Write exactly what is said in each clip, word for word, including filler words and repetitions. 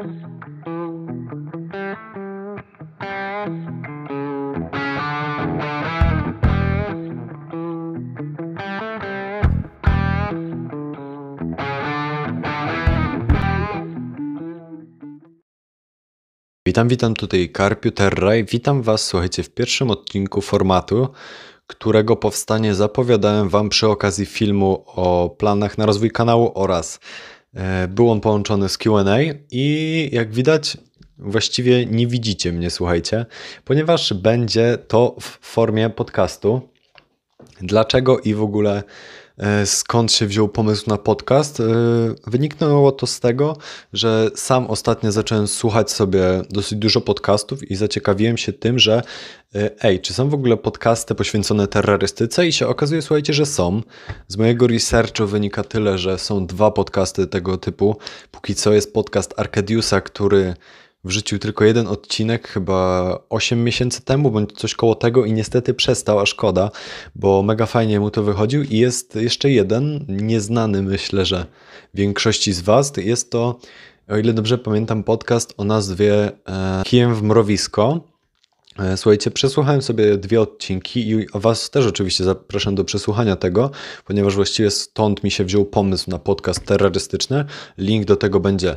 Witam, witam, tutaj Karpiu Terra i witam Was, słuchajcie, w pierwszym odcinku formatu, którego powstanie zapowiadałem Wam przy okazji filmu o planach na rozwój kanału oraz e, był on połączony z Q and A i jak widać właściwie nie widzicie mnie, słuchajcie, ponieważ będzie to w formie podcastu. Dlaczego i w ogóle e, skąd się wziął pomysł na podcast? E, wyniknęło to z tego, że sam ostatnio zacząłem słuchać sobie dosyć dużo podcastów i zaciekawiłem się tym, że e, ej, czy są w ogóle podcasty poświęcone terrorystyce? I się okazuje, słuchajcie, że są. Z mojego researchu wynika tyle, że są dwa podcasty tego typu. Póki co jest podcast Arkadiusa, który wrzucił tylko jeden odcinek, chyba osiem miesięcy temu, bądź coś koło tego i niestety przestał, a szkoda, bo mega fajnie mu to wychodził i jest jeszcze jeden, nieznany myślę, że większości z Was, jest to, o ile dobrze pamiętam, podcast o nazwie e, Kijem w mrowisko. E, słuchajcie, przesłuchałem sobie dwie odcinki i Was też oczywiście zapraszam do przesłuchania tego, ponieważ właściwie stąd mi się wziął pomysł na podcast terrorystyczny. Link do tego będzie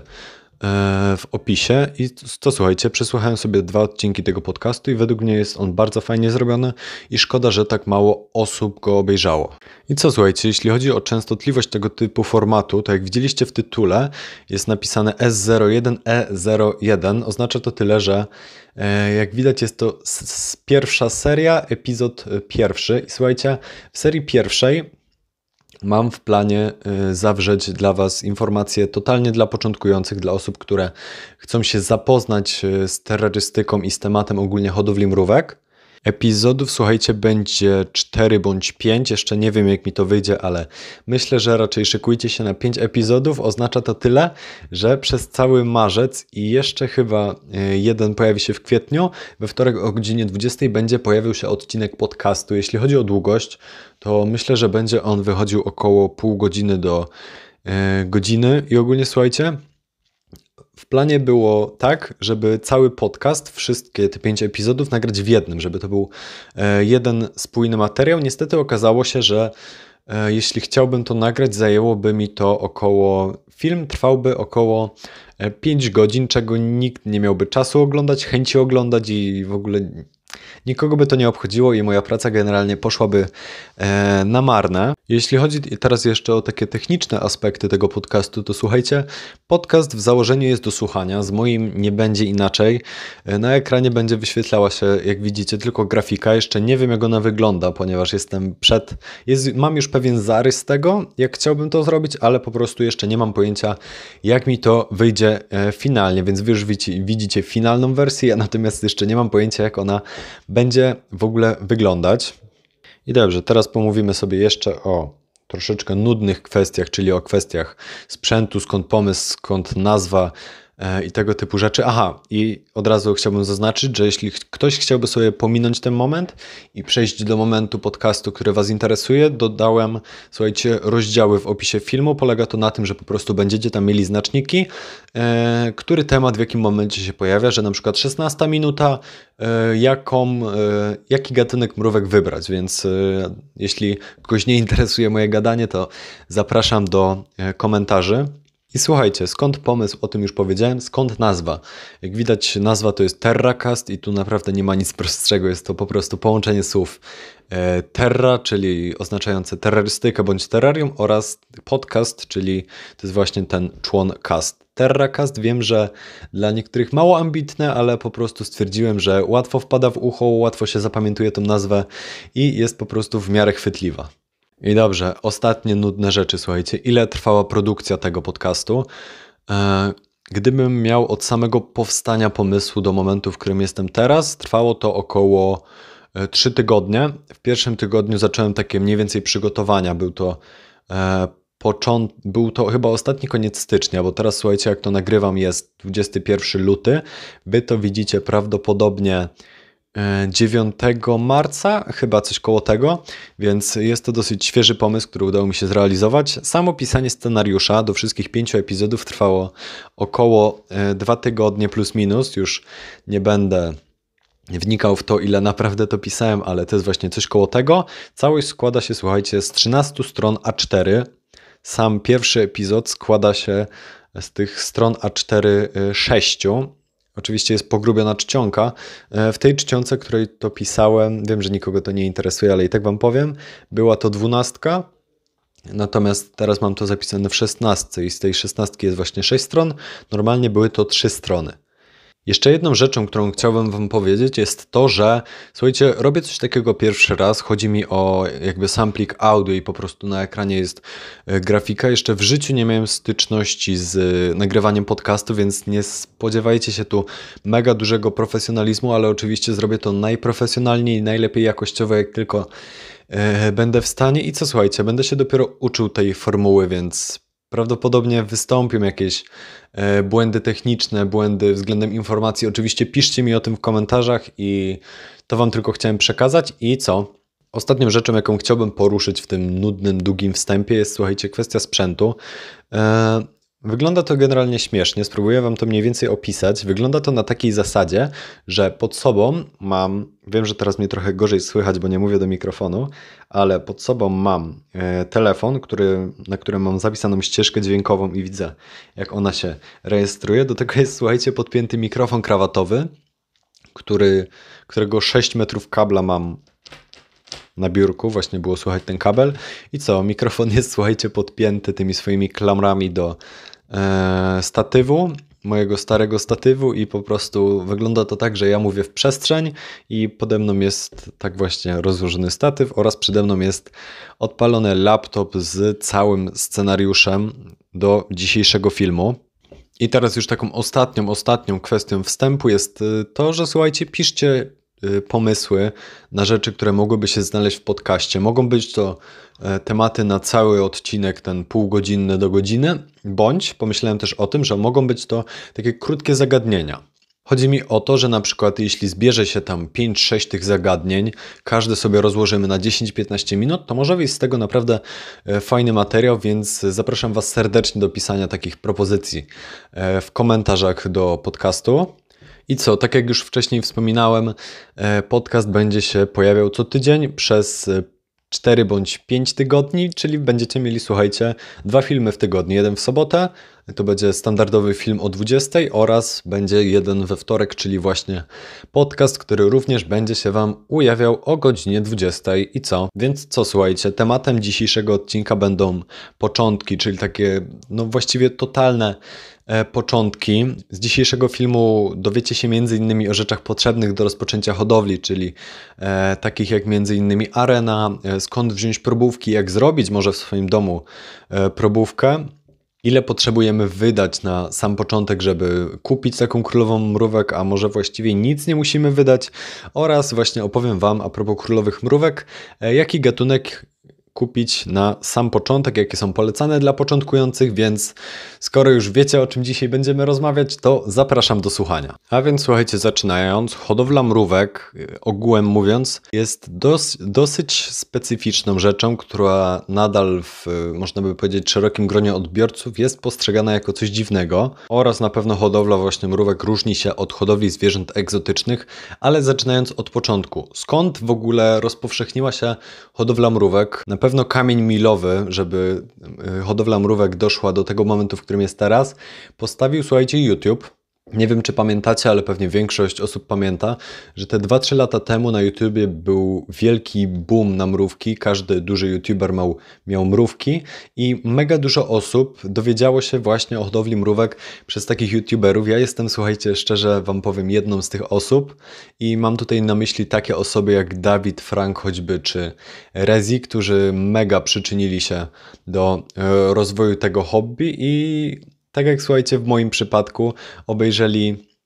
w opisie i to słuchajcie, przesłuchałem sobie dwa odcinki tego podcastu i według mnie jest on bardzo fajnie zrobiony i szkoda, że tak mało osób go obejrzało. I co słuchajcie, jeśli chodzi o częstotliwość tego typu formatu, to jak widzieliście w tytule jest napisane S zero jeden E zero jeden, oznacza to tyle, że jak widać jest to pierwsza seria, epizod pierwszy i słuchajcie, w serii pierwszej mam w planie zawrzeć dla Was informacje totalnie dla początkujących, dla osób, które chcą się zapoznać z terrorystyką i z tematem ogólnie hodowli mrówek. Epizodów, słuchajcie, będzie cztery bądź pięć, jeszcze nie wiem jak mi to wyjdzie, ale myślę, że raczej szykujcie się na pięć epizodów. Oznacza to tyle, że przez cały marzec i jeszcze chyba jeden pojawi się w kwietniu, we wtorek o godzinie dwudziestej będzie pojawił się odcinek podcastu. Jeśli chodzi o długość, to myślę, że będzie on wychodził około pół godziny do e, godziny i ogólnie słuchajcie, w planie było tak, żeby cały podcast, wszystkie te pięć epizodów nagrać w jednym, żeby to był jeden spójny materiał. Niestety okazało się, że jeśli chciałbym to nagrać, zajęłoby mi to około, film trwałby około pięć godzin, czego nikt nie miałby czasu oglądać, chęci oglądać i w ogóle nikogo by to nie obchodziło i moja praca generalnie poszłaby e, na marne. Jeśli chodzi teraz jeszcze o takie techniczne aspekty tego podcastu, to słuchajcie, podcast w założeniu jest do słuchania, z moim nie będzie inaczej. Na ekranie będzie wyświetlała się, jak widzicie, tylko grafika. Jeszcze nie wiem, jak ona wygląda, ponieważ jestem przed... Jest, mam już pewien zarys tego, jak chciałbym to zrobić, ale po prostu jeszcze nie mam pojęcia, jak mi to wyjdzie e, finalnie, więc wy już widzicie, widzicie finalną wersję, ja natomiast jeszcze nie mam pojęcia, jak ona będzie w ogóle wyglądać. I dobrze, teraz pomówimy sobie jeszcze o troszeczkę nudnych kwestiach, czyli o kwestiach sprzętu, skąd pomysł, skąd nazwa i tego typu rzeczy. Aha, i od razu chciałbym zaznaczyć, że jeśli ktoś chciałby sobie pominąć ten moment i przejść do momentu podcastu, który Was interesuje, dodałem, słuchajcie, rozdziały w opisie filmu. Polega to na tym, że po prostu będziecie tam mieli znaczniki, e, który temat w jakim momencie się pojawia, że na przykład szesnasta minuta, e, jaką, e, jaki gatunek mrówek wybrać, więc e, jeśli kogoś nie interesuje moje gadanie, to zapraszam do e, komentarzy. I słuchajcie, skąd pomysł, o tym już powiedziałem, skąd nazwa? Jak widać, nazwa to jest TerraCast i tu naprawdę nie ma nic prostszego, jest to po prostu połączenie słów e, terra, czyli oznaczające terrorystykę bądź terrarium, oraz podcast, czyli to jest właśnie ten człon cast. TerraCast, wiem, że dla niektórych mało ambitne, ale po prostu stwierdziłem, że łatwo wpada w ucho, łatwo się zapamiętuje tą nazwę i jest po prostu w miarę chwytliwa. I dobrze, ostatnie nudne rzeczy, słuchajcie. Ile trwała produkcja tego podcastu? Gdybym miał od samego powstania pomysłu do momentu, w którym jestem teraz, trwało to około trzy tygodnie. W pierwszym tygodniu zacząłem takie mniej więcej przygotowania. Był to, począt... Był to chyba ostatni koniec stycznia, bo teraz słuchajcie, jak to nagrywam, jest dwudziesty pierwszy luty. Wy to widzicie prawdopodobnie dziewiątego marca, chyba coś koło tego, więc jest to dosyć świeży pomysł, który udało mi się zrealizować. Samo pisanie scenariusza do wszystkich pięciu epizodów trwało około dwa tygodnie plus minus. Już nie będę wnikał w to, ile naprawdę to pisałem, ale to jest właśnie coś koło tego. Całość składa się, słuchajcie, z trzynastu stron A cztery. Sam pierwszy epizod składa się z tych stron A cztery sześciu. Oczywiście jest pogrubiona czcionka. W tej czcionce, której to pisałem, wiem, że nikogo to nie interesuje, ale i tak wam powiem, była to dwunastka. Natomiast teraz mam to zapisane w szesnastce i z tej szesnastki jest właśnie sześć stron. Normalnie były to trzy strony. Jeszcze jedną rzeczą, którą chciałbym wam powiedzieć, jest to, że słuchajcie, robię coś takiego pierwszy raz. Chodzi mi o jakby sam plik audio i po prostu na ekranie jest grafika. Jeszcze w życiu nie miałem styczności z nagrywaniem podcastu, więc nie spodziewajcie się tu mega dużego profesjonalizmu, ale oczywiście zrobię to najprofesjonalniej i najlepiej jakościowo, jak tylko e, będę w stanie. I co, słuchajcie, będę się dopiero uczył tej formuły, więc prawdopodobnie wystąpią jakieś e, błędy techniczne, błędy względem informacji. Oczywiście piszcie mi o tym w komentarzach i to wam tylko chciałem przekazać. I co? Ostatnią rzeczą, jaką chciałbym poruszyć w tym nudnym, długim wstępie jest, słuchajcie, kwestia sprzętu. E, Wygląda to generalnie śmiesznie, spróbuję wam to mniej więcej opisać. Wygląda to na takiej zasadzie, że pod sobą mam, wiem, że teraz mnie trochę gorzej słychać, bo nie mówię do mikrofonu, ale pod sobą mam e, telefon, który, na którym mam zapisaną ścieżkę dźwiękową i widzę, jak ona się rejestruje. Do tego jest, słuchajcie, podpięty mikrofon krawatowy, który, którego sześć metrów kabla mam na biurku, właśnie było słychać ten kabel. I co? Mikrofon jest, słuchajcie, podpięty tymi swoimi klamrami do e, statywu, mojego starego statywu i po prostu wygląda to tak, że ja mówię w przestrzeń i pode mną jest tak właśnie rozłożony statyw oraz przede mną jest odpalony laptop z całym scenariuszem do dzisiejszego filmu. I teraz już taką ostatnią, ostatnią kwestią wstępu jest to, że słuchajcie, piszcie pomysły na rzeczy, które mogłyby się znaleźć w podcaście. Mogą być to tematy na cały odcinek, ten półgodzinny do godziny, bądź pomyślałem też o tym, że mogą być to takie krótkie zagadnienia. Chodzi mi o to, że na przykład jeśli zbierze się tam pięć sześć tych zagadnień, każdy sobie rozłożymy na dziesięć piętnaście minut, to może wyjść z tego naprawdę fajny materiał, więc zapraszam was serdecznie do pisania takich propozycji w komentarzach do podcastu. I co, tak jak już wcześniej wspominałem, podcast będzie się pojawiał co tydzień przez cztery bądź pięć tygodni, czyli będziecie mieli, słuchajcie, dwa filmy w tygodniu. Jeden w sobotę, to będzie standardowy film o dwudziestej oraz będzie jeden we wtorek, czyli właśnie podcast, który również będzie się wam ujawiał o godzinie dwudziestej. I co? Więc co, słuchajcie, tematem dzisiejszego odcinka będą początki, czyli takie no właściwie totalne początki. Z dzisiejszego filmu dowiecie się między innymi o rzeczach potrzebnych do rozpoczęcia hodowli, czyli e, takich jak między innymi arena, e, skąd wziąć probówki, jak zrobić może w swoim domu e, probówkę, ile potrzebujemy wydać na sam początek, żeby kupić taką królową mrówek, a może właściwie nic nie musimy wydać, oraz właśnie opowiem wam a propos królowych mrówek, e, jaki gatunek kupić na sam początek, jakie są polecane dla początkujących, więc skoro już wiecie, o czym dzisiaj będziemy rozmawiać, to zapraszam do słuchania. A więc słuchajcie, zaczynając, hodowla mrówek, ogółem mówiąc, jest dos dosyć specyficzną rzeczą, która nadal w, można by powiedzieć, szerokim gronie odbiorców jest postrzegana jako coś dziwnego oraz na pewno hodowla właśnie mrówek różni się od hodowli zwierząt egzotycznych, ale zaczynając od początku. Skąd w ogóle rozpowszechniła się hodowla mrówek? Na pewno kamień milowy, żeby hodowla mrówek doszła do tego momentu, w którym jest teraz, postawił, słuchajcie, YouTube. Nie wiem, czy pamiętacie, ale pewnie większość osób pamięta, że te dwa trzy lata temu na YouTubie był wielki boom na mrówki. Każdy duży YouTuber miał, miał mrówki i mega dużo osób dowiedziało się właśnie o hodowli mrówek przez takich YouTuberów. Ja jestem, słuchajcie, szczerze wam powiem, jedną z tych osób i mam tutaj na myśli takie osoby jak Dawid, Frank choćby, czy Rezi, którzy mega przyczynili się do e, rozwoju tego hobby i tak jak, słuchajcie, w moim przypadku obejrzeli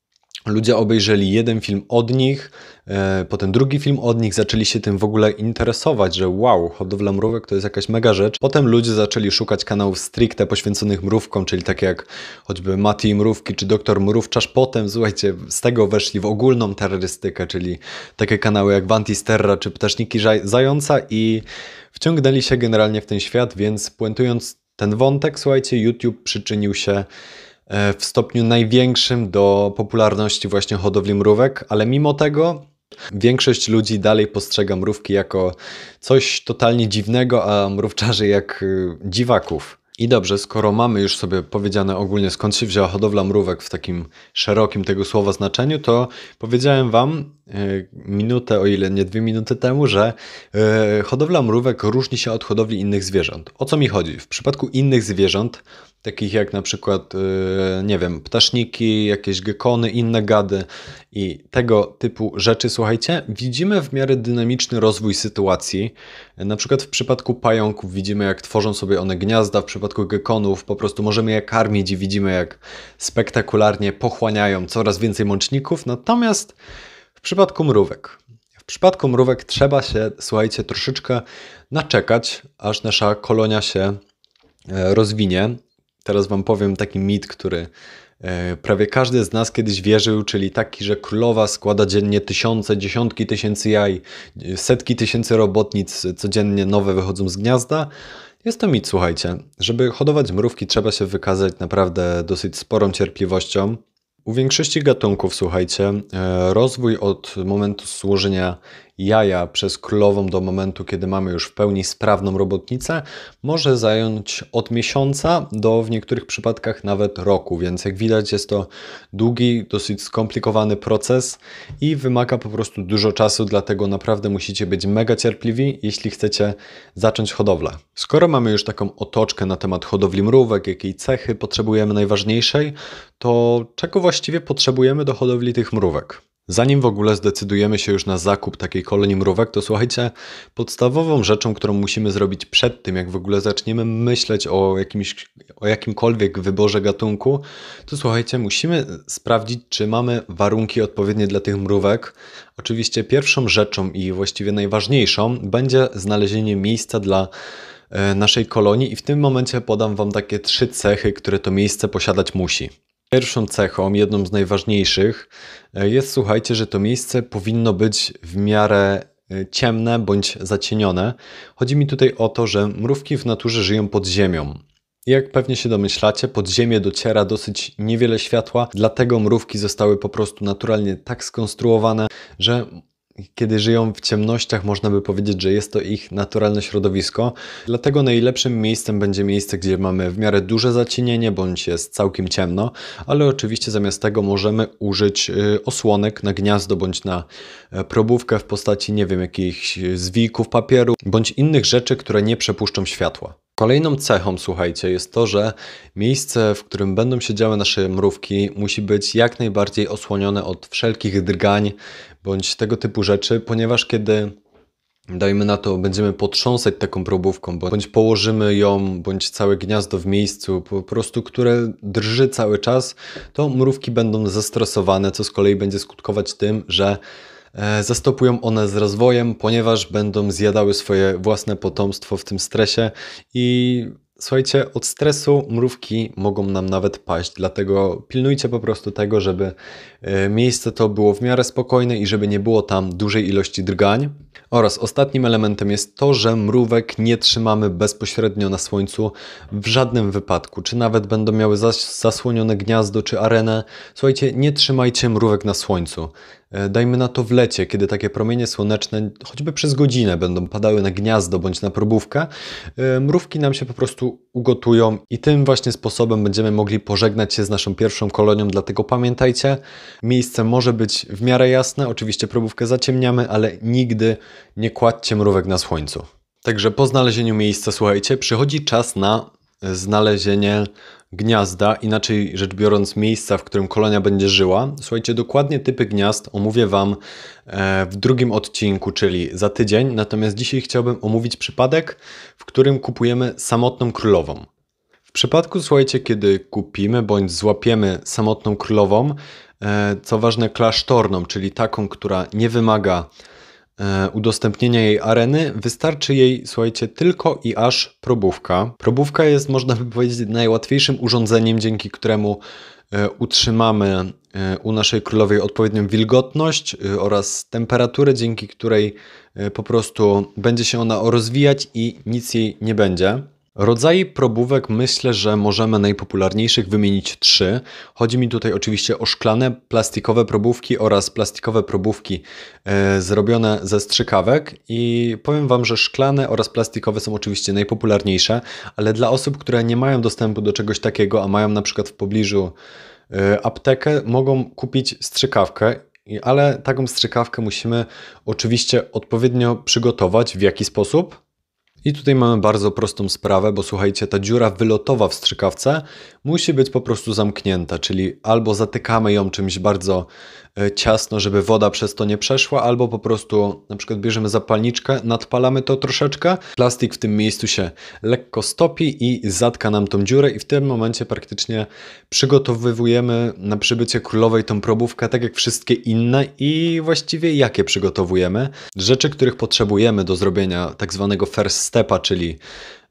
Ludzie obejrzeli jeden film od nich, e, potem drugi film od nich, zaczęli się tym w ogóle interesować, że wow, hodowla mrówek to jest jakaś mega rzecz. Potem ludzie zaczęli szukać kanałów stricte poświęconych mrówkom, czyli takie jak choćby Mati i Mrówki czy Doktor Mrówczarz. Potem, słuchajcie, z tego weszli w ogólną terrorystykę, czyli takie kanały jak Vantis Terra czy Ptaszniki Zająca i wciągnęli się generalnie w ten świat, więc puentując ten wątek, słuchajcie, YouTube przyczynił się w stopniu największym do popularności właśnie hodowli mrówek, ale mimo tego większość ludzi dalej postrzega mrówki jako coś totalnie dziwnego, a mrówczarzy jak dziwaków. I dobrze, skoro mamy już sobie powiedziane ogólnie skąd się wzięła hodowla mrówek w takim szerokim tego słowa znaczeniu, to powiedziałem wam minutę, o ile nie dwie minuty temu, że hodowla mrówek różni się od hodowli innych zwierząt. O co mi chodzi? W przypadku innych zwierząt, takich jak na przykład, nie wiem, ptaszniki, jakieś gekony, inne gady i tego typu rzeczy, słuchajcie, widzimy w miarę dynamiczny rozwój sytuacji. Na przykład w przypadku pająków widzimy, jak tworzą sobie one gniazda, w przypadku gekonów po prostu możemy je karmić i widzimy, jak spektakularnie pochłaniają coraz więcej mączników, natomiast w przypadku mrówek, w przypadku mrówek trzeba się, słuchajcie, troszeczkę naczekać, aż nasza kolonia się rozwinie. Teraz wam powiem taki mit, który prawie każdy z nas kiedyś wierzył, czyli taki, że królowa składa dziennie tysiące, dziesiątki tysięcy jaj, setki tysięcy robotnic codziennie nowe wychodzą z gniazda. Jest to mit, słuchajcie. Żeby hodować mrówki, trzeba się wykazać naprawdę dosyć sporą cierpliwością. U większości gatunków, słuchajcie, rozwój od momentu złożenia jaja przez królową do momentu, kiedy mamy już w pełni sprawną robotnicę, może zająć od miesiąca do w niektórych przypadkach nawet roku, więc jak widać jest to długi, dosyć skomplikowany proces i wymaga po prostu dużo czasu, dlatego naprawdę musicie być mega cierpliwi, jeśli chcecie zacząć hodowlę. Skoro mamy już taką otoczkę na temat hodowli mrówek, jakiej cechy potrzebujemy najważniejszej, to czego właściwie potrzebujemy do hodowli tych mrówek? Zanim w ogóle zdecydujemy się już na zakup takiej kolonii mrówek, to słuchajcie, podstawową rzeczą, którą musimy zrobić przed tym, jak w ogóle zaczniemy myśleć o, jakimś, o jakimkolwiek wyborze gatunku, to słuchajcie, musimy sprawdzić, czy mamy warunki odpowiednie dla tych mrówek. Oczywiście pierwszą rzeczą i właściwie najważniejszą będzie znalezienie miejsca dla naszej kolonii i w tym momencie podam wam takie trzy cechy, które to miejsce posiadać musi. Pierwszą cechą, jedną z najważniejszych jest, słuchajcie, że to miejsce powinno być w miarę ciemne bądź zacienione. Chodzi mi tutaj o to, że mrówki w naturze żyją pod ziemią. Jak pewnie się domyślacie, pod ziemię dociera dosyć niewiele światła, dlatego mrówki zostały po prostu naturalnie tak skonstruowane, że kiedy żyją w ciemnościach, można by powiedzieć, że jest to ich naturalne środowisko. Dlatego najlepszym miejscem będzie miejsce, gdzie mamy w miarę duże zacienienie, bądź jest całkiem ciemno, ale oczywiście zamiast tego możemy użyć osłonek na gniazdo, bądź na probówkę w postaci, nie wiem, jakichś zwijków papieru, bądź innych rzeczy, które nie przepuszczą światła. Kolejną cechą, słuchajcie, jest to, że miejsce, w którym będą siedziały nasze mrówki, musi być jak najbardziej osłonione od wszelkich drgań bądź tego typu rzeczy, ponieważ kiedy, dajmy na to, będziemy potrząsać taką probówką, bądź położymy ją, bądź całe gniazdo w miejscu, po prostu, które drży cały czas, to mrówki będą zestresowane, co z kolei będzie skutkować tym, że zastopują one z rozwojem, ponieważ będą zjadały swoje własne potomstwo w tym stresie i słuchajcie, od stresu mrówki mogą nam nawet paść, dlatego pilnujcie po prostu tego, żeby miejsce to było w miarę spokojne i żeby nie było tam dużej ilości drgań. Oraz ostatnim elementem jest to, że mrówek nie trzymamy bezpośrednio na słońcu w żadnym wypadku. Czy nawet będą miały zas zasłonione gniazdo czy arenę. Słuchajcie, nie trzymajcie mrówek na słońcu. Dajmy na to w lecie, kiedy takie promienie słoneczne choćby przez godzinę będą padały na gniazdo bądź na probówkę, mrówki nam się po prostu ugotują i tym właśnie sposobem będziemy mogli pożegnać się z naszą pierwszą kolonią. Dlatego pamiętajcie, miejsce może być w miarę jasne, oczywiście probówkę zaciemniamy, ale nigdy nie kładźcie mrówek na słońcu. Także po znalezieniu miejsca, słuchajcie, przychodzi czas na znalezienie gniazda, inaczej rzecz biorąc miejsca, w którym kolonia będzie żyła. Słuchajcie, dokładnie typy gniazd omówię wam w drugim odcinku, czyli za tydzień, natomiast dzisiaj chciałbym omówić przypadek, w którym kupujemy samotną królową. W przypadku, słuchajcie, kiedy kupimy bądź złapiemy samotną królową, co ważne klasztorną, czyli taką, która nie wymaga udostępnienia jej areny, wystarczy jej, słuchajcie, tylko i aż probówka. Probówka jest, można by powiedzieć, najłatwiejszym urządzeniem, dzięki któremu utrzymamy u naszej królowej odpowiednią wilgotność oraz temperaturę, dzięki której po prostu będzie się ona rozwijać i nic jej nie będzie. Rodzaje probówek myślę, że możemy najpopularniejszych wymienić trzy. Chodzi mi tutaj oczywiście o szklane, plastikowe probówki oraz plastikowe probówki e, zrobione ze strzykawek i powiem Wam, że szklane oraz plastikowe są oczywiście najpopularniejsze, ale dla osób, które nie mają dostępu do czegoś takiego, a mają na przykład w pobliżu e, aptekę, mogą kupić strzykawkę. Ale taką strzykawkę musimy oczywiście odpowiednio przygotować. W jaki sposób? I tutaj mamy bardzo prostą sprawę, bo słuchajcie, ta dziura wylotowa w strzykawce musi być po prostu zamknięta, czyli albo zatykamy ją czymś bardzo ciasno, żeby woda przez to nie przeszła, albo po prostu na przykład bierzemy zapalniczkę, nadpalamy to troszeczkę, plastik w tym miejscu się lekko stopi i zatka nam tą dziurę i w tym momencie praktycznie przygotowujemy na przybycie królowej tą probówkę, tak jak wszystkie inne i właściwie jakie przygotowujemy. Rzeczy, których potrzebujemy do zrobienia tak zwanego first stepa, czyli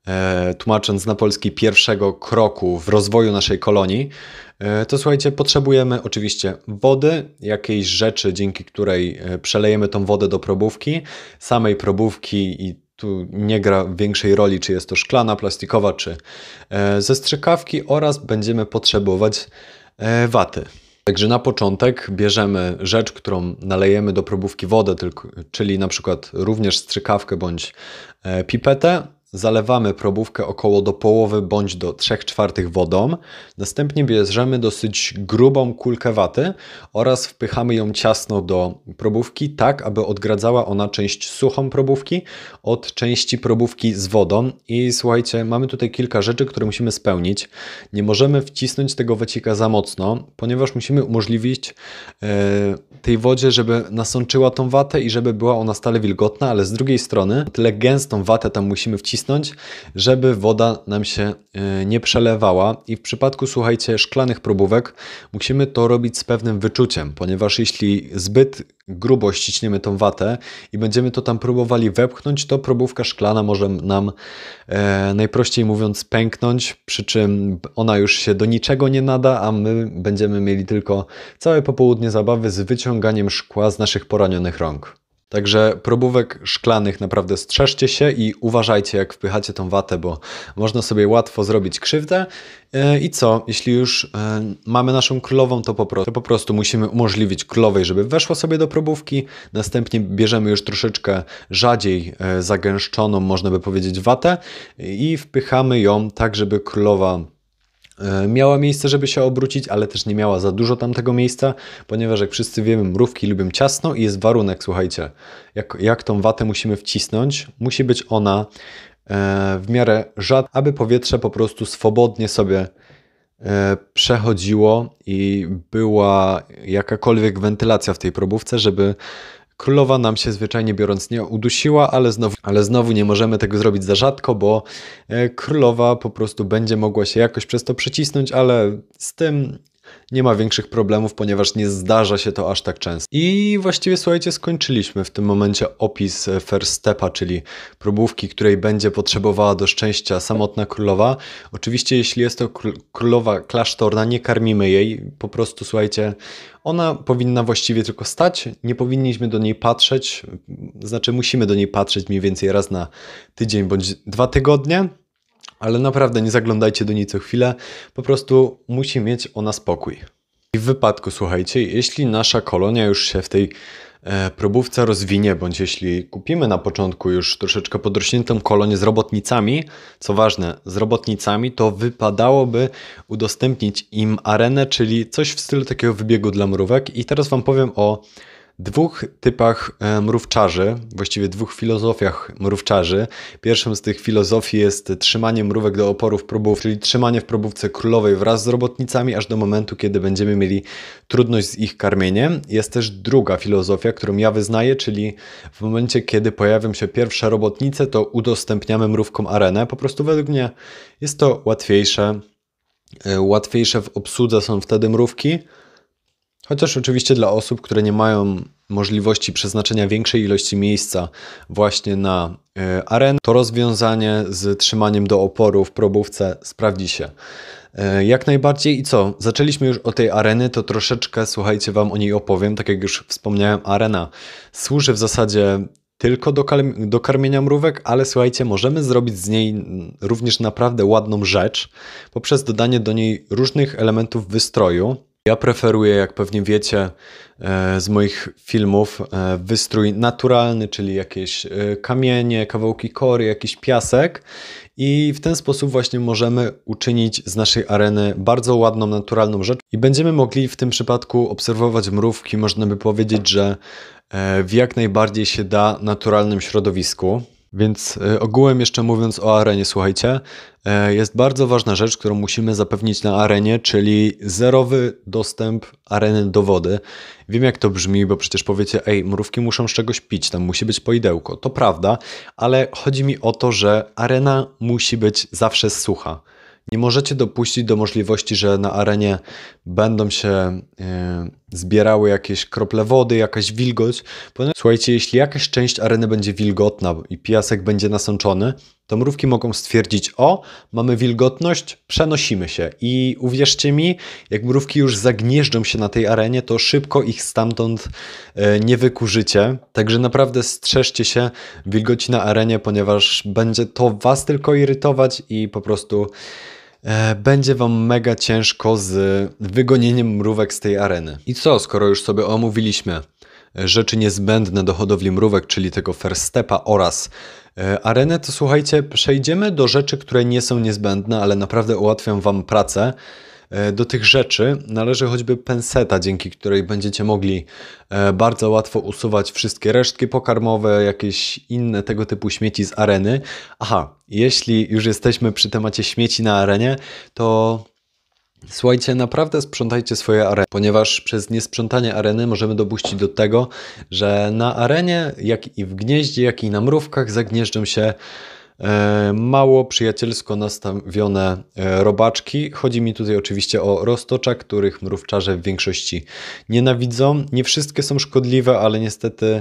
e, tłumacząc na polski pierwszego kroku w rozwoju naszej kolonii, e, to słuchajcie, potrzebujemy oczywiście wody, jakiejś rzeczy, dzięki której przelejemy tą wodę do probówki, samej probówki i tu nie gra większej roli, czy jest to szklana, plastikowa, czy e, ze strzykawki oraz będziemy potrzebować e, waty. Także na początek bierzemy rzecz, którą nalejemy do probówki wodę, tylko, czyli na przykład również strzykawkę bądź e, pipetę. Zalewamy probówkę około do połowy bądź do trzech czwartych wodą. Następnie bierzemy dosyć grubą kulkę waty oraz wpychamy ją ciasno do probówki, tak aby odgradzała ona część suchą probówki od części probówki z wodą. I słuchajcie, mamy tutaj kilka rzeczy, które musimy spełnić. Nie możemy wcisnąć tego wycika za mocno, ponieważ musimy umożliwić yy, tej wodzie, żeby nasączyła tą watę i żeby była ona stale wilgotna, ale z drugiej strony tyle gęstą watę tam musimy wcisnąć, żeby woda nam się nie przelewała i w przypadku, słuchajcie, szklanych probówek musimy to robić z pewnym wyczuciem, ponieważ jeśli zbyt grubo ściśniemy tą watę i będziemy to tam próbowali wepchnąć, to probówka szklana może nam e, najprościej mówiąc pęknąć, przy czym ona już się do niczego nie nada, a my będziemy mieli tylko całe popołudnie zabawy z wyciąganiem szkła z naszych poranionych rąk. Także probówek szklanych naprawdę strzeżcie się i uważajcie, jak wpychacie tą watę, bo można sobie łatwo zrobić krzywdę. I co? Jeśli już mamy naszą królową, to po prostu, to po prostu musimy umożliwić królowej, żeby weszła sobie do probówki. Następnie bierzemy już troszeczkę rzadziej zagęszczoną, można by powiedzieć, watę i wpychamy ją tak, żeby królowa miała miejsce, żeby się obrócić, ale też nie miała za dużo tamtego miejsca, ponieważ jak wszyscy wiemy, mrówki lubią ciasno i jest warunek, słuchajcie, jak, jak tą watę musimy wcisnąć, musi być ona e, w miarę rzadka, aby powietrze po prostu swobodnie sobie e, przechodziło i była jakakolwiek wentylacja w tej probówce, żeby królowa nam się zwyczajnie biorąc nie udusiła, ale znowu, ale znowu nie możemy tego zrobić za rzadko, bo królowa po prostu będzie mogła się jakoś przez to przycisnąć, ale z tym nie ma większych problemów, ponieważ nie zdarza się to aż tak często. I właściwie, słuchajcie, skończyliśmy w tym momencie opis first stepa, czyli probówki, której będzie potrzebowała do szczęścia samotna królowa. Oczywiście, jeśli jest to królowa klasztorna, nie karmimy jej, po prostu, słuchajcie, ona powinna właściwie tylko stać, nie powinniśmy do niej patrzeć, znaczy musimy do niej patrzeć mniej więcej raz na tydzień bądź dwa tygodnie, ale naprawdę nie zaglądajcie do niej co chwilę, po prostu musi mieć ona spokój. I w wypadku, słuchajcie, jeśli nasza kolonia już się w tej e, probówce rozwinie, bądź jeśli kupimy na początku już troszeczkę podrośniętą kolonię z robotnicami, co ważne, z robotnicami, to wypadałoby udostępnić im arenę, czyli coś w stylu takiego wybiegu dla mrówek. I teraz Wam powiem o dwóch typach mrówczarzy, właściwie dwóch filozofiach mrówczarzy. Pierwszą z tych filozofii jest trzymanie mrówek do oporu w probówce, czyli trzymanie w probówce królowej wraz z robotnicami, aż do momentu, kiedy będziemy mieli trudność z ich karmieniem. Jest też druga filozofia, którą ja wyznaję, czyli w momencie, kiedy pojawią się pierwsze robotnice, to udostępniamy mrówkom arenę. Po prostu według mnie jest to łatwiejsze. Łatwiejsze w obsłudze są wtedy mrówki. Chociaż oczywiście dla osób, które nie mają możliwości przeznaczenia większej ilości miejsca właśnie na y, arenę, to rozwiązanie z trzymaniem do oporu w probówce sprawdzi się. Y, jak najbardziej i co? Zaczęliśmy już od tej areny, to troszeczkę, słuchajcie, wam o niej opowiem. Tak jak już wspomniałem, arena służy w zasadzie tylko do, do karmienia mrówek, ale słuchajcie, możemy zrobić z niej również naprawdę ładną rzecz poprzez dodanie do niej różnych elementów wystroju. Ja preferuję, jak pewnie wiecie z moich filmów, wystrój naturalny, czyli jakieś kamienie, kawałki kory, jakiś piasek i w ten sposób właśnie możemy uczynić z naszej areny bardzo ładną, naturalną rzecz i będziemy mogli w tym przypadku obserwować mrówki, można by powiedzieć, że w jak najbardziej się da naturalnym środowisku. Więc ogółem jeszcze mówiąc o arenie, słuchajcie, jest bardzo ważna rzecz, którą musimy zapewnić na arenie, czyli zerowy dostęp areny do wody. Wiem jak to brzmi, bo przecież powiecie, ej, mrówki muszą z czegoś pić, tam musi być poidełko. To prawda, ale chodzi mi o to, że arena musi być zawsze sucha. Nie możecie dopuścić do możliwości, że na arenie będą się yy, zbierały jakieś krople wody, jakaś wilgoć. Ponieważ, słuchajcie, jeśli jakaś część areny będzie wilgotna i piasek będzie nasączony, to mrówki mogą stwierdzić, o, mamy wilgotność, przenosimy się. I uwierzcie mi, jak mrówki już zagnieżdżą się na tej arenie, to szybko ich stamtąd yy, nie wykurzycie. Także naprawdę strzeżcie się wilgoci na arenie, ponieważ będzie to was tylko irytować i po prostu będzie wam mega ciężko z wygonieniem mrówek z tej areny. I co, skoro już sobie omówiliśmy rzeczy niezbędne do hodowli mrówek, czyli tego first stepa oraz arenę, to słuchajcie, przejdziemy do rzeczy, które nie są niezbędne, ale naprawdę ułatwią wam pracę. Do tych rzeczy należy choćby penseta, dzięki której będziecie mogli bardzo łatwo usuwać wszystkie resztki pokarmowe, jakieś inne tego typu śmieci z areny. Aha, jeśli już jesteśmy przy temacie śmieci na arenie, to słuchajcie, naprawdę sprzątajcie swoje areny, ponieważ przez niesprzątanie areny możemy dopuścić do tego, że na arenie, jak i w gnieździe, jak i na mrówkach zagnieżdżą się mało przyjacielsko nastawione robaczki. Chodzi mi tutaj oczywiście o roztocza, których mrówczarze w większości nienawidzą. Nie wszystkie są szkodliwe, ale niestety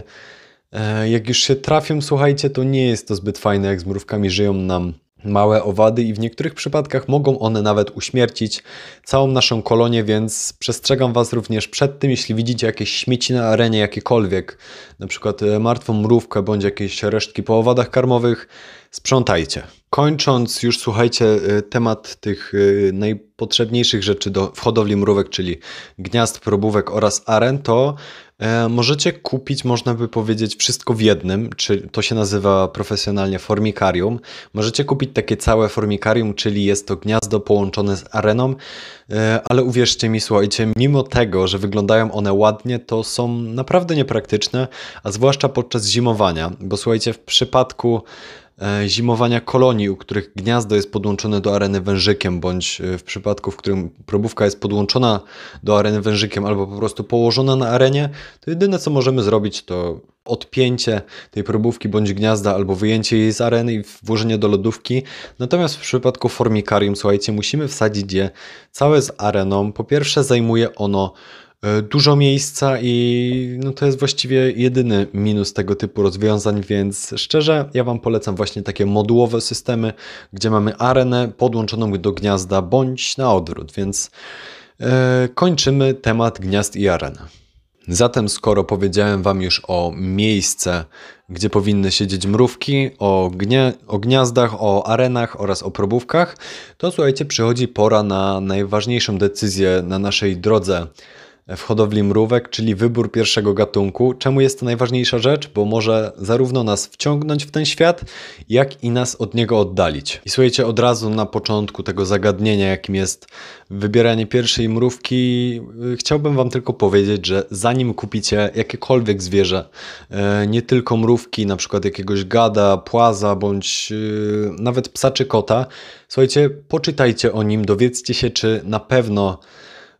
jak już się trafią, słuchajcie, to nie jest to zbyt fajne, jak z mrówkami żyją nam małe owady i w niektórych przypadkach mogą one nawet uśmiercić całą naszą kolonię, więc przestrzegam was również przed tym, jeśli widzicie jakieś śmieci na arenie, jakiekolwiek, na przykład martwą mrówkę bądź jakieś resztki po owadach karmowych, sprzątajcie. Kończąc już, słuchajcie, temat tych najpotrzebniejszych rzeczy do, w hodowli mrówek, czyli gniazd, probówek oraz aren, to e, możecie kupić, można by powiedzieć, wszystko w jednym, czy to się nazywa profesjonalnie formikarium. Możecie kupić takie całe formikarium, czyli jest to gniazdo połączone z areną, e, ale uwierzcie mi, słuchajcie, mimo tego, że wyglądają one ładnie, to są naprawdę niepraktyczne, a zwłaszcza podczas zimowania, bo słuchajcie, w przypadku zimowania kolonii, u których gniazdo jest podłączone do areny wężykiem, bądź w przypadku, w którym probówka jest podłączona do areny wężykiem albo po prostu położona na arenie, to jedyne co możemy zrobić to odpięcie tej probówki bądź gniazda albo wyjęcie jej z areny i włożenie do lodówki. Natomiast w przypadku formikarium, słuchajcie, musimy wsadzić je całe z areną. Po pierwsze zajmuje ono dużo miejsca i no to jest właściwie jedyny minus tego typu rozwiązań, więc szczerze ja wam polecam właśnie takie modułowe systemy, gdzie mamy arenę podłączoną do gniazda bądź na odwrót, więc yy, kończymy temat gniazd i aren. Zatem skoro powiedziałem wam już o miejsce, gdzie powinny siedzieć mrówki, o, gnie, o gniazdach, o arenach oraz o probówkach, to słuchajcie, przychodzi pora na najważniejszą decyzję na naszej drodze w hodowli mrówek, czyli wybór pierwszego gatunku. Czemu jest to najważniejsza rzecz? Bo może zarówno nas wciągnąć w ten świat, jak i nas od niego oddalić. I słuchajcie, od razu na początku tego zagadnienia, jakim jest wybieranie pierwszej mrówki, chciałbym wam tylko powiedzieć, że zanim kupicie jakiekolwiek zwierzę, nie tylko mrówki, na przykład jakiegoś gada, płaza, bądź nawet psa czy kota, słuchajcie, poczytajcie o nim, dowiedzcie się, czy na pewno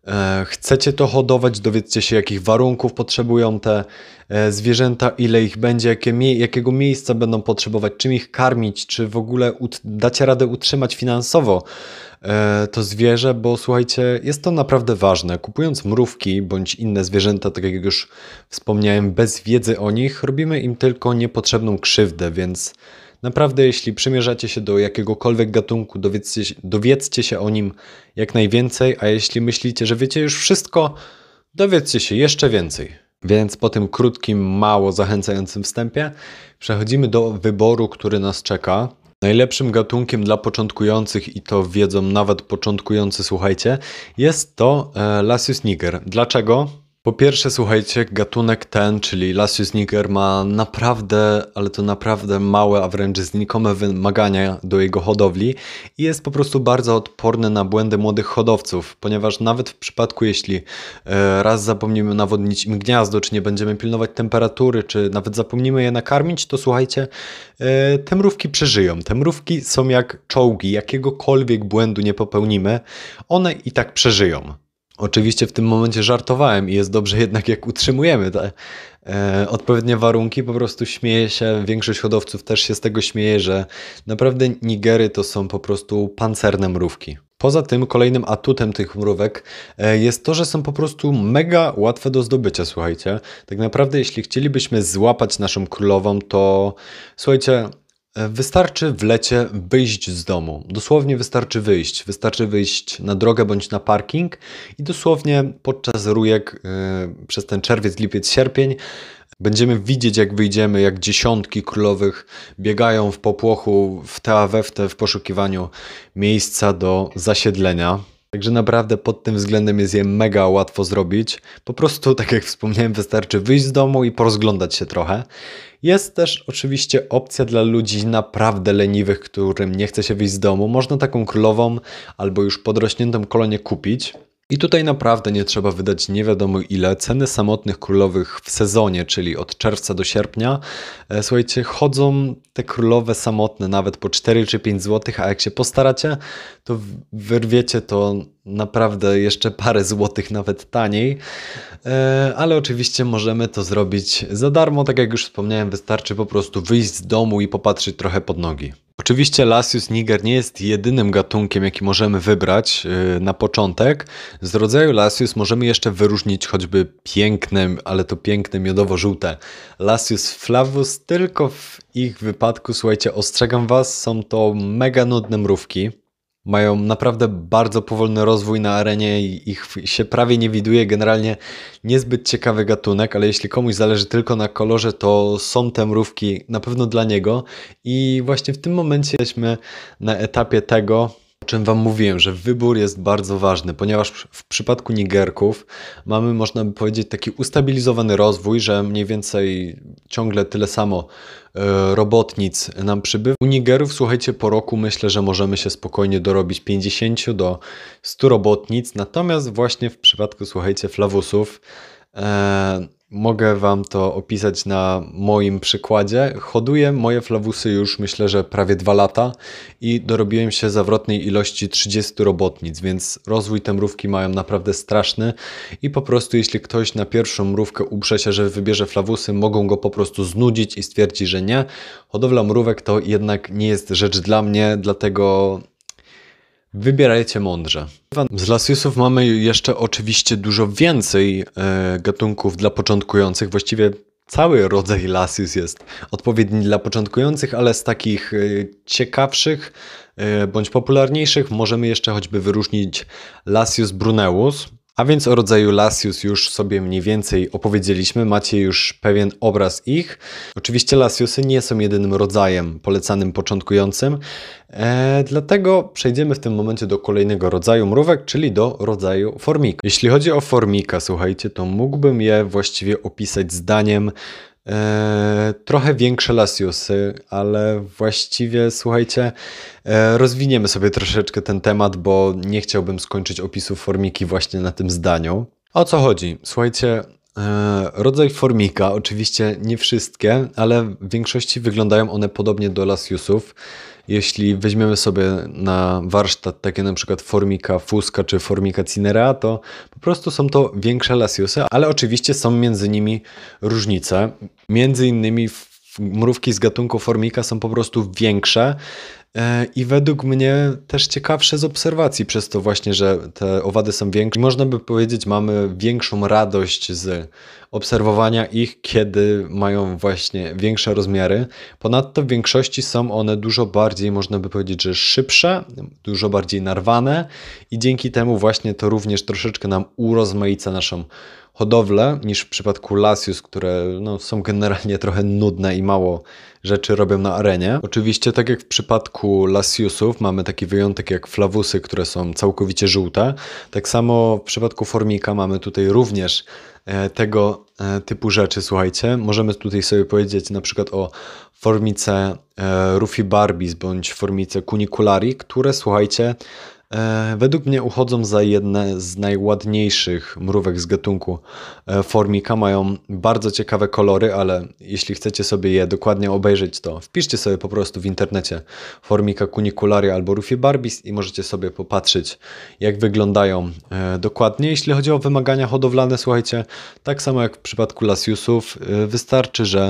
e, chcecie to hodować, dowiedzcie się, jakich warunków potrzebują te e, zwierzęta, ile ich będzie, jakie mie jakiego miejsca będą potrzebować, czym ich karmić, czy w ogóle dacie radę utrzymać finansowo e, to zwierzę, bo słuchajcie, jest to naprawdę ważne. Kupując mrówki bądź inne zwierzęta, tak jak już wspomniałem, bez wiedzy o nich, robimy im tylko niepotrzebną krzywdę, więc naprawdę, jeśli przymierzacie się do jakiegokolwiek gatunku, dowiedzcie, dowiedzcie się o nim jak najwięcej, a jeśli myślicie, że wiecie już wszystko, dowiedzcie się jeszcze więcej. Więc po tym krótkim, mało zachęcającym wstępie przechodzimy do wyboru, który nas czeka. Najlepszym gatunkiem dla początkujących, i to wiedzą nawet początkujący, słuchajcie, jest to e, Lasius niger. Dlaczego? Po pierwsze, słuchajcie, gatunek ten, czyli Lasius niger, ma naprawdę, ale to naprawdę małe, a wręcz znikome wymagania do jego hodowli i jest po prostu bardzo odporny na błędy młodych hodowców, ponieważ nawet w przypadku, jeśli e, raz zapomnimy nawodnić im gniazdo, czy nie będziemy pilnować temperatury, czy nawet zapomnimy je nakarmić, to słuchajcie, e, te mrówki przeżyją. Te mrówki są jak czołgi, jakiegokolwiek błędu nie popełnimy, one i tak przeżyją. Oczywiście w tym momencie żartowałem i jest dobrze jednak, jak utrzymujemy te e, odpowiednie warunki. Po prostu śmieję się, większość hodowców też się z tego śmieje, że naprawdę nigery to są po prostu pancerne mrówki. Poza tym kolejnym atutem tych mrówek e, jest to, że są po prostu mega łatwe do zdobycia, słuchajcie. Tak naprawdę jeśli chcielibyśmy złapać naszą królową, to słuchajcie, wystarczy w lecie wyjść z domu. Dosłownie wystarczy wyjść. Wystarczy wyjść na drogę bądź na parking i dosłownie podczas rujek yy, przez ten czerwiec, lipiec, sierpień będziemy widzieć, jak wyjdziemy, jak dziesiątki królowych biegają w popłochu w te a we w te w poszukiwaniu miejsca do zasiedlenia. Także naprawdę pod tym względem jest je mega łatwo zrobić. Po prostu, tak jak wspomniałem, wystarczy wyjść z domu i porozglądać się trochę. Jest też oczywiście opcja dla ludzi naprawdę leniwych, którym nie chce się wyjść z domu. Można taką królową albo już podrośniętą kolonię kupić. I tutaj naprawdę nie trzeba wydać nie wiadomo ile. Ceny samotnych królowych w sezonie, czyli od czerwca do sierpnia, e, słuchajcie, chodzą te królowe samotne nawet po cztery czy pięć złotych, a jak się postaracie, to wyrwiecie to naprawdę jeszcze parę złotych nawet taniej. E, ale oczywiście możemy to zrobić za darmo, tak jak już wspomniałem, wystarczy po prostu wyjść z domu i popatrzeć trochę pod nogi. Oczywiście Lasius niger nie jest jedynym gatunkiem, jaki możemy wybrać yy, na początek. Z rodzaju Lasius możemy jeszcze wyróżnić choćby piękne, ale to piękne miodowo-żółte Lasius flavus, tylko w ich wypadku, słuchajcie, ostrzegam was, są to mega nudne mrówki. Mają naprawdę bardzo powolny rozwój na arenie i ich się prawie nie widuje. Generalnie niezbyt ciekawy gatunek, ale jeśli komuś zależy tylko na kolorze, to są te mrówki na pewno dla niego. I właśnie w tym momencie jesteśmy na etapie tego, o czym wam mówiłem, że wybór jest bardzo ważny, ponieważ w przypadku nigerków mamy, można by powiedzieć, taki ustabilizowany rozwój, że mniej więcej ciągle tyle samo e, robotnic nam przybywa. U nigerów, słuchajcie, po roku myślę, że możemy się spokojnie dorobić pięćdziesiąt do stu robotnic, natomiast właśnie w przypadku, słuchajcie, flawusów e, mogę wam to opisać na moim przykładzie. Hoduję moje flawusy już myślę, że prawie dwa lata i dorobiłem się zawrotnej ilości trzydziestu robotnic, więc rozwój te mrówki mają naprawdę straszny i po prostu jeśli ktoś na pierwszą mrówkę uprze się, że wybierze flawusy, mogą go po prostu znudzić i stwierdzi, że nie. Hodowla mrówek to jednak nie jest rzecz dla mnie, dlatego wybierajcie mądrze. Z Lasiusów mamy jeszcze oczywiście dużo więcej e, gatunków dla początkujących. Właściwie cały rodzaj Lasius jest odpowiedni dla początkujących, ale z takich e, ciekawszych e, bądź popularniejszych możemy jeszcze choćby wyróżnić Lasius bruneus. A więc o rodzaju Lasius już sobie mniej więcej opowiedzieliśmy, macie już pewien obraz ich. Oczywiście Lasiusy nie są jedynym rodzajem polecanym początkującym, e, dlatego przejdziemy w tym momencie do kolejnego rodzaju mrówek, czyli do rodzaju formika. Jeśli chodzi o formika, słuchajcie, to mógłbym je właściwie opisać zdaniem E, trochę większe Lasiusy, ale właściwie, słuchajcie, e, rozwiniemy sobie troszeczkę ten temat, bo nie chciałbym skończyć opisu formiki właśnie na tym zdaniu. O co chodzi? Słuchajcie, e, rodzaj formika. Oczywiście nie wszystkie, ale w większości wyglądają one podobnie do lasiusów. Jeśli weźmiemy sobie na warsztat takie na przykład formika fusca czy formika cinerea, to po prostu są to większe lasiusy, ale oczywiście są między nimi różnice. Między innymi mrówki z gatunku formika są po prostu większe i według mnie też ciekawsze z obserwacji, przez to właśnie, że te owady są większe. Można by powiedzieć, mamy większą radość z obserwowania ich, kiedy mają właśnie większe rozmiary. Ponadto w większości są one dużo bardziej, można by powiedzieć, że szybsze, dużo bardziej narwane i dzięki temu właśnie to również troszeczkę nam urozmaica naszą hodowlę niż w przypadku lasius, które no, są generalnie trochę nudne i mało rzeczy robią na arenie. Oczywiście tak jak w przypadku lasiusów mamy taki wyjątek jak flawusy, które są całkowicie żółte. Tak samo w przypadku formika mamy tutaj również e, tego e, typu rzeczy, słuchajcie. Możemy tutaj sobie powiedzieć na przykład o formice e, rufibarbis bądź formice cuniculari, które słuchajcie według mnie uchodzą za jedne z najładniejszych mrówek z gatunku formika. Mają bardzo ciekawe kolory, ale jeśli chcecie sobie je dokładnie obejrzeć, to wpiszcie sobie po prostu w internecie formika cuniculari albo rufibarbis i możecie sobie popatrzeć, jak wyglądają dokładnie. Jeśli chodzi o wymagania hodowlane, słuchajcie, tak samo jak w przypadku lasiusów, wystarczy, że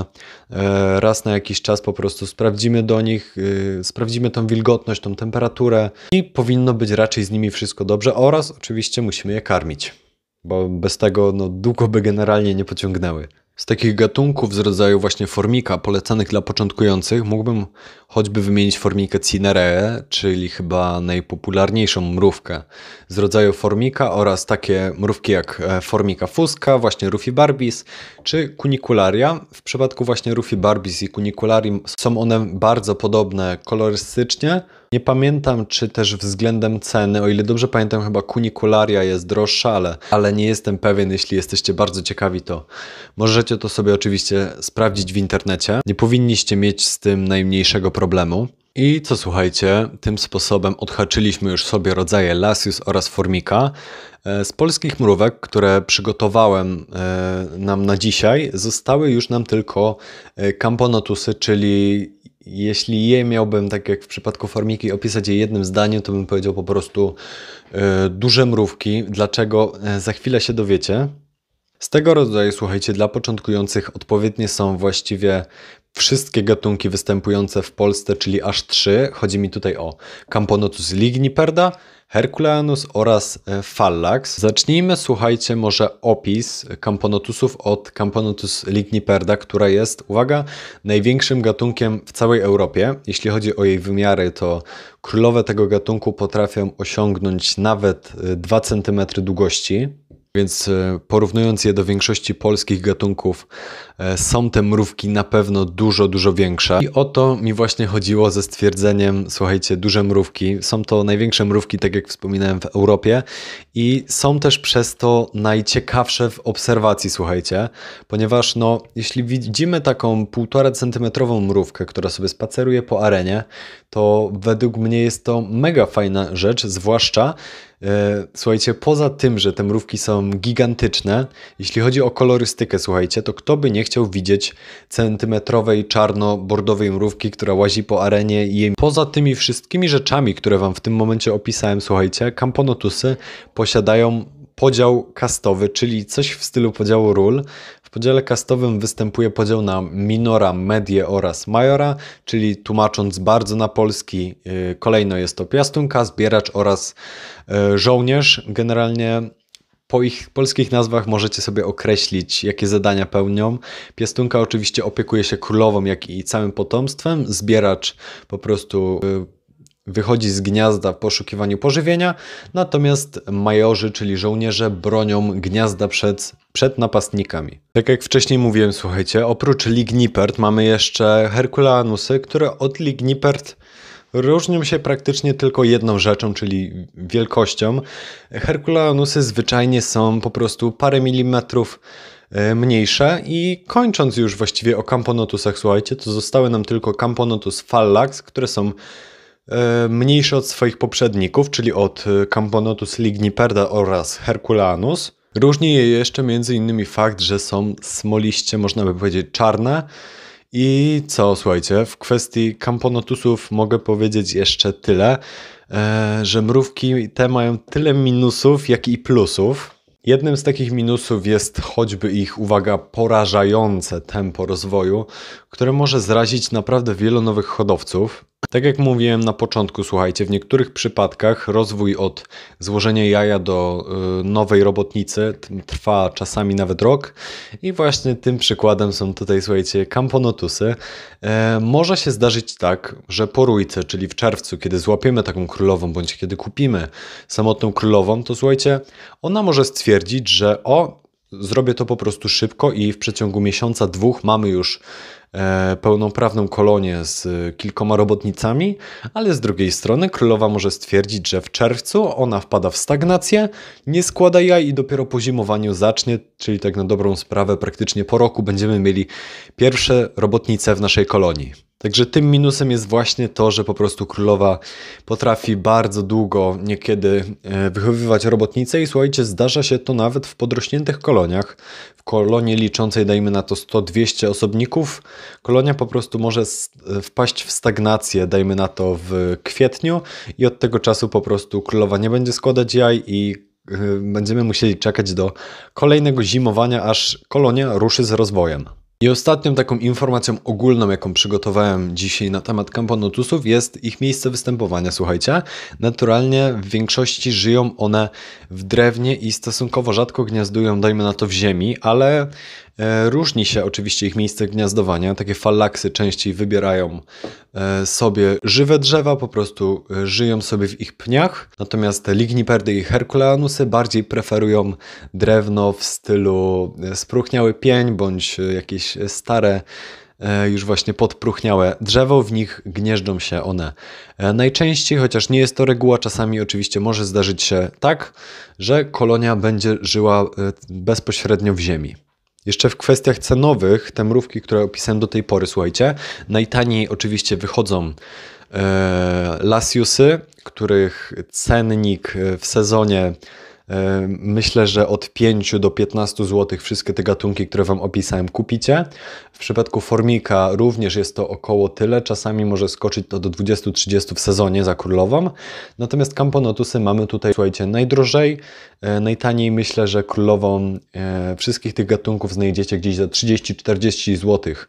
raz na jakiś czas po prostu sprawdzimy do nich, sprawdzimy tą wilgotność, tą temperaturę i powinno być raczej z nimi wszystko dobrze oraz oczywiście musimy je karmić, bo bez tego no, długo by generalnie nie pociągnęły. Z takich gatunków z rodzaju właśnie formika polecanych dla początkujących mógłbym choćby wymienić formikę cinereę, czyli chyba najpopularniejszą mrówkę z rodzaju formika oraz takie mrówki jak formika fusca, właśnie rufibarbis czy cunicularia. W przypadku właśnie rufibarbis i cunicularii są one bardzo podobne kolorystycznie. Nie pamiętam, czy też względem ceny, o ile dobrze pamiętam, chyba cunicularia jest droższa, ale, ale nie jestem pewien. Jeśli jesteście bardzo ciekawi, to możecie to sobie oczywiście sprawdzić w internecie. Nie powinniście mieć z tym najmniejszego problemu. I co słuchajcie, tym sposobem odhaczyliśmy już sobie rodzaje lasius oraz formika. Z polskich mrówek, które przygotowałem nam na dzisiaj, zostały już nam tylko camponotusy, czyli jeśli je miałbym, tak jak w przypadku formiki, opisać je jednym zdaniem, to bym powiedział po prostu e, duże mrówki. Dlaczego? E, za chwilę się dowiecie. Z tego rodzaju, słuchajcie, dla początkujących odpowiednie są właściwie wszystkie gatunki występujące w Polsce, czyli aż trzy. Chodzi mi tutaj o Camponotus ligniperda, Herculeanus oraz Phallax. Zacznijmy, słuchajcie, może opis Camponotusów od Camponotus ligniperda, która jest, uwaga, największym gatunkiem w całej Europie. Jeśli chodzi o jej wymiary, to królowe tego gatunku potrafią osiągnąć nawet dwa centymetry długości. Więc porównując je do większości polskich gatunków, są te mrówki na pewno dużo, dużo większe. I o to mi właśnie chodziło ze stwierdzeniem, słuchajcie, duże mrówki. Są to największe mrówki, tak jak wspominałem, w Europie i są też przez to najciekawsze w obserwacji, słuchajcie, ponieważ no, jeśli widzimy taką półtora centymetrową mrówkę, która sobie spaceruje po arenie, to według mnie jest to mega fajna rzecz, zwłaszcza słuchajcie, poza tym, że te mrówki są gigantyczne, jeśli chodzi o kolorystykę, słuchajcie, to kto by nie chciał widzieć centymetrowej czarno-bordowej mrówki, która łazi po arenie i poza tymi wszystkimi rzeczami, które wam w tym momencie opisałem, słuchajcie, camponotusy posiadają podział kastowy, czyli coś w stylu podziału ról. W podziale kastowym występuje podział na minora, medię oraz majora, czyli tłumacząc bardzo na polski, yy, kolejno jest to piastunka, zbieracz oraz yy, żołnierz. Generalnie po ich polskich nazwach możecie sobie określić, jakie zadania pełnią. Piastunka oczywiście opiekuje się królową, jak i całym potomstwem. Zbieracz po prostu yy, wychodzi z gniazda w poszukiwaniu pożywienia, natomiast majorzy, czyli żołnierze, bronią gniazda przed, przed napastnikami. Tak jak wcześniej mówiłem, słuchajcie, oprócz ligniperd mamy jeszcze Herculeanusy, które od ligniperd różnią się praktycznie tylko jedną rzeczą, czyli wielkością. Herculeanusy zwyczajnie są po prostu parę milimetrów mniejsze i kończąc już właściwie o camponotusach, słuchajcie, to zostały nam tylko Camponotus phallax, które są mniejsze od swoich poprzedników, czyli od Camponotus ligniperda oraz Herculeanus. Różni je jeszcze między innymi fakt, że są smoliście, można by powiedzieć, czarne. I co, słuchajcie, w kwestii Camponotusów mogę powiedzieć jeszcze tyle, e, że mrówki te mają tyle minusów, jak i plusów. Jednym z takich minusów jest choćby ich, uwaga, porażające tempo rozwoju, które może zrazić naprawdę wielu nowych hodowców. Tak jak mówiłem na początku, słuchajcie, w niektórych przypadkach rozwój od złożenia jaja do y, nowej robotnicy trwa czasami nawet rok i właśnie tym przykładem są tutaj, słuchajcie, Camponotusy. E, może się zdarzyć tak, że po rójce, czyli w czerwcu, kiedy złapiemy taką królową, bądź kiedy kupimy samotną królową, to słuchajcie, ona może stwierdzić, że o, zrobię to po prostu szybko i w przeciągu miesiąca, dwóch mamy już e, pełnoprawną kolonię z kilkoma robotnicami, ale z drugiej strony królowa może stwierdzić, że w czerwcu ona wpada w stagnację, nie składa jaj i dopiero po zimowaniu zacznie, czyli tak na dobrą sprawę praktycznie po roku będziemy mieli pierwsze robotnice w naszej kolonii. Także tym minusem jest właśnie to, że po prostu królowa potrafi bardzo długo niekiedy wychowywać robotnice i słuchajcie, zdarza się to nawet w podrośniętych koloniach. W kolonii liczącej dajmy na to sto dwieście osobników, kolonia po prostu może wpaść w stagnację, dajmy na to w kwietniu i od tego czasu po prostu królowa nie będzie składać jaj i będziemy musieli czekać do kolejnego zimowania, aż kolonia ruszy z rozwojem. I ostatnią taką informacją ogólną, jaką przygotowałem dzisiaj na temat Camponotusów, jest ich miejsce występowania. Słuchajcie, naturalnie w większości żyją one w drewnie i stosunkowo rzadko gniazdują, dajmy na to, w ziemi, ale e, różni się oczywiście ich miejsce gniazdowania. Takie fallaksy częściej wybierają e, sobie żywe drzewa, po prostu e, żyją sobie w ich pniach, natomiast ligniperdy i herkuleanusy bardziej preferują drewno w stylu spróchniały pień bądź jakieś stare, już właśnie podpróchniałe drzewo, w nich gnieżdżą się one najczęściej, chociaż nie jest to reguła, czasami oczywiście może zdarzyć się tak, że kolonia będzie żyła bezpośrednio w ziemi. Jeszcze w kwestiach cenowych, te mrówki, które opisałem do tej pory, słuchajcie, najtaniej oczywiście wychodzą e, lasiusy, których cennik w sezonie myślę, że od pięciu do piętnastu złotych wszystkie te gatunki, które Wam opisałem, kupicie. W przypadku formika również jest to około tyle, czasami może skoczyć to do dwudziestu do trzydziestu w sezonie za królową. Natomiast Camponotusy mamy tutaj, słuchajcie, najdrożej, najtaniej myślę, że królową wszystkich tych gatunków znajdziecie gdzieś za trzydzieści do czterdziestu złotych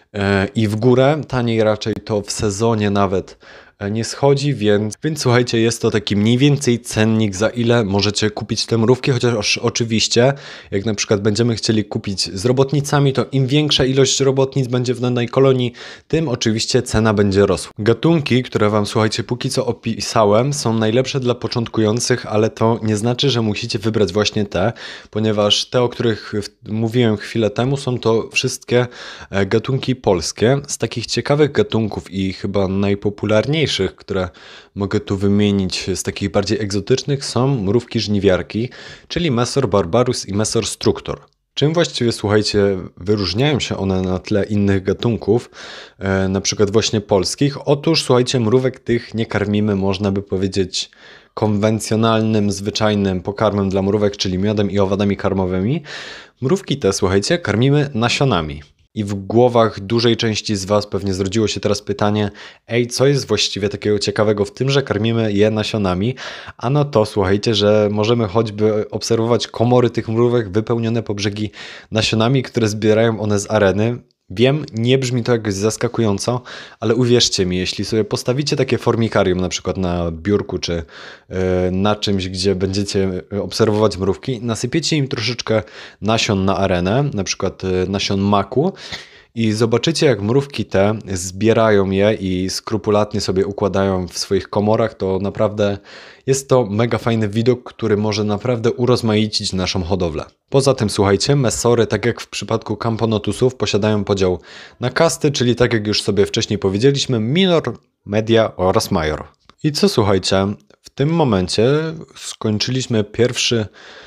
i w górę, taniej raczej to w sezonie nawet nie schodzi, więc, więc słuchajcie, jest to taki mniej więcej cennik, za ile możecie kupić te mrówki, chociaż oczywiście, jak na przykład będziemy chcieli kupić z robotnicami, to im większa ilość robotnic będzie w danej kolonii, tym oczywiście cena będzie rosła. Gatunki, które Wam, słuchajcie, póki co opisałem, są najlepsze dla początkujących, ale to nie znaczy, że musicie wybrać właśnie te, ponieważ te, o których mówiłem chwilę temu, są to wszystkie gatunki polskie. Z takich ciekawych gatunków i chyba najpopularniejszych, które mogę tu wymienić z takich bardziej egzotycznych, są mrówki żniwiarki, czyli Mesor barbarus i Mesor structor. Czym właściwie, słuchajcie, wyróżniają się one na tle innych gatunków, e, na przykład właśnie polskich? Otóż, słuchajcie, mrówek tych nie karmimy, można by powiedzieć, konwencjonalnym, zwyczajnym pokarmem dla mrówek, czyli miodem i owadami karmowymi. Mrówki te, słuchajcie, karmimy nasionami. I w głowach dużej części z Was pewnie zrodziło się teraz pytanie, ej, co jest właściwie takiego ciekawego w tym, że karmimy je nasionami? A no to, słuchajcie, że możemy choćby obserwować komory tych mrówek wypełnione po brzegi nasionami, które zbierają one z areny. Wiem, nie brzmi to jakoś zaskakująco, ale uwierzcie mi, jeśli sobie postawicie takie formikarium na przykład na biurku czy yy, na czymś, gdzie będziecie obserwować mrówki, nasypiecie im troszeczkę nasion na arenę, na przykład yy, nasion maku i zobaczycie, jak mrówki te zbierają je i skrupulatnie sobie układają w swoich komorach, to naprawdę jest to mega fajny widok, który może naprawdę urozmaicić naszą hodowlę. Poza tym, słuchajcie, mesory, tak jak w przypadku Camponotusów, posiadają podział na kasty, czyli tak jak już sobie wcześniej powiedzieliśmy, minor, media oraz major. I co, słuchajcie, w tym momencie skończyliśmy pierwszy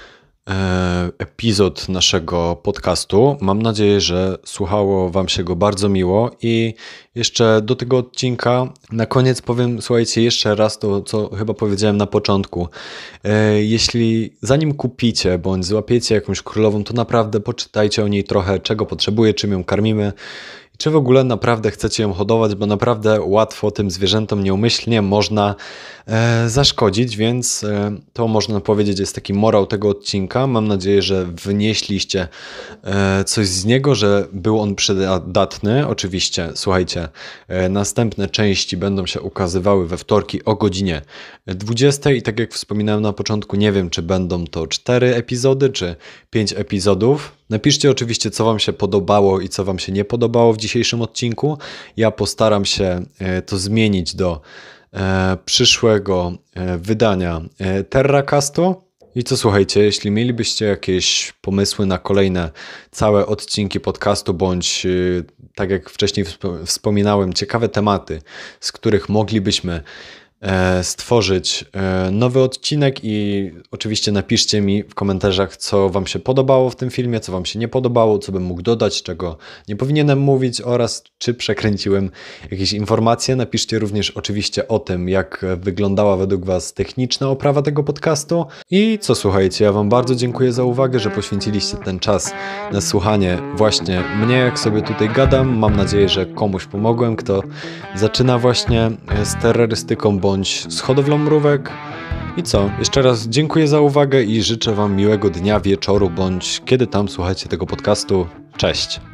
e, epizod naszego podcastu. Mam nadzieję, że słuchało Wam się go bardzo miło i jeszcze do tego odcinka na koniec powiem, słuchajcie, jeszcze raz to, co chyba powiedziałem na początku. E, jeśli zanim kupicie bądź złapiecie jakąś królową, to naprawdę poczytajcie o niej trochę, czego potrzebuje, czym ją karmimy. Czy w ogóle naprawdę chcecie ją hodować, bo naprawdę łatwo tym zwierzętom nieumyślnie można e, zaszkodzić, więc e, to można powiedzieć jest taki morał tego odcinka. Mam nadzieję, że wynieśliście e, coś z niego, że był on przydatny. Oczywiście, słuchajcie, e, następne części będą się ukazywały we wtorki o godzinie dwudziestej i tak jak wspominałem na początku, nie wiem, czy będą to cztery epizody, czy pięć epizodów. Napiszcie oczywiście, co Wam się podobało i co Wam się nie podobało w dzisiejszym odcinku. Ja postaram się to zmienić do e, przyszłego e, wydania e, TerraCastu. I co słuchajcie, jeśli mielibyście jakieś pomysły na kolejne całe odcinki podcastu, bądź e, tak jak wcześniej wspo- wspominałem, ciekawe tematy, z których moglibyśmy stworzyć nowy odcinek i oczywiście napiszcie mi w komentarzach, co Wam się podobało w tym filmie, co Wam się nie podobało, co bym mógł dodać, czego nie powinienem mówić oraz czy przekręciłem jakieś informacje. Napiszcie również oczywiście o tym, jak wyglądała według Was techniczna oprawa tego podcastu. I co słuchajcie, ja Wam bardzo dziękuję za uwagę, że poświęciliście ten czas na słuchanie właśnie mnie, jak sobie tutaj gadam. Mam nadzieję, że komuś pomogłem, kto zaczyna właśnie z terrorystyką bądź z hodowlą mrówek. I co? Jeszcze raz dziękuję za uwagę i życzę Wam miłego dnia, wieczoru, bądź kiedy tam słuchacie tego podcastu. Cześć!